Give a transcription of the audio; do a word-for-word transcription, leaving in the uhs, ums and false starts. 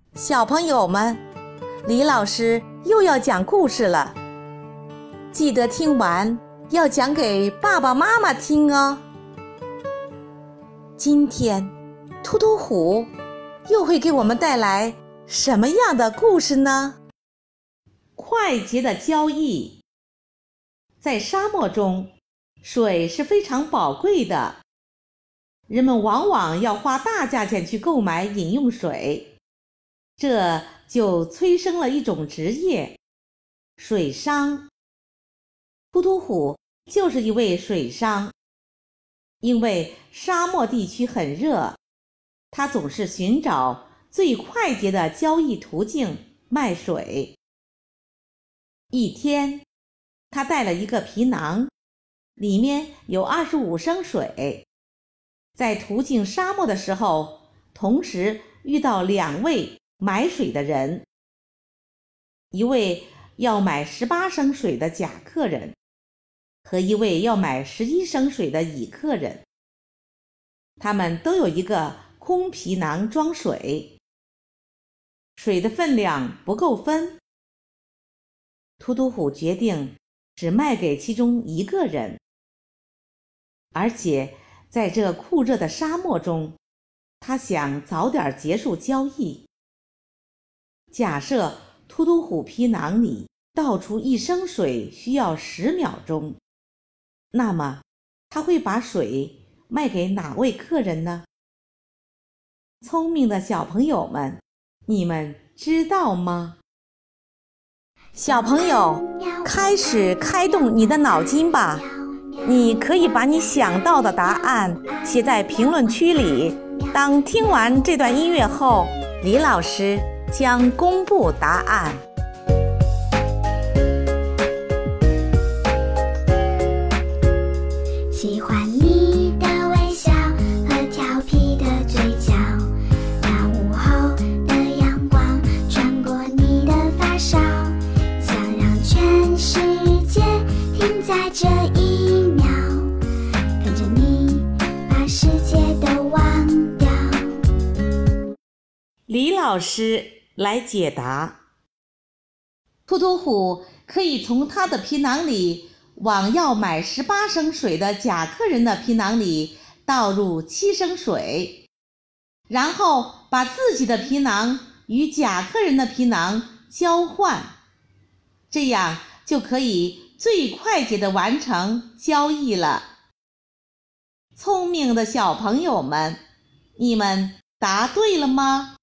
小朋友们，李老师又要讲故事了，记得听完要讲给爸爸妈妈听哦。今天突突虎又会给我们带来什么样的故事呢？快捷的交易。在沙漠中，水是非常宝贵的，人们往往要花大价钱去购买饮用水，这就催生了一种职业——水商。突突虎就是一位水商，因为沙漠地区很热，他总是寻找最快捷的交易途径卖水。一天，他带了一个皮囊，里面有二十五升水。在途经沙漠的时候，同时遇到两位买水的人，一位要买十八升水的甲客人，和一位要买十一升水的乙客人。他们都有一个空皮囊装水，水的分量不够分。突突虎决定只卖给其中一个人，而且在这酷热的沙漠中，他想早点结束交易。假设突突虎皮囊里倒出一升水需要十秒钟，那么他会把水卖给哪位客人呢？聪明的小朋友们，你们知道吗？小朋友，开始开动你的脑筋吧。你可以把你想到的答案写在评论区里。当听完这段音乐后，李老师将公布答案。 喜欢你的微笑和调皮的嘴角，那午后的阳光穿过你的发梢，想让全世界停在这一秒，跟着你把世界都忘掉。 李老师来解答。突突虎可以从他的皮囊里往要买十八升水的甲客人的皮囊里倒入七升水，然后把自己的皮囊与甲客人的皮囊交换，这样就可以最快捷地完成交易了。聪明的小朋友们，你们答对了吗？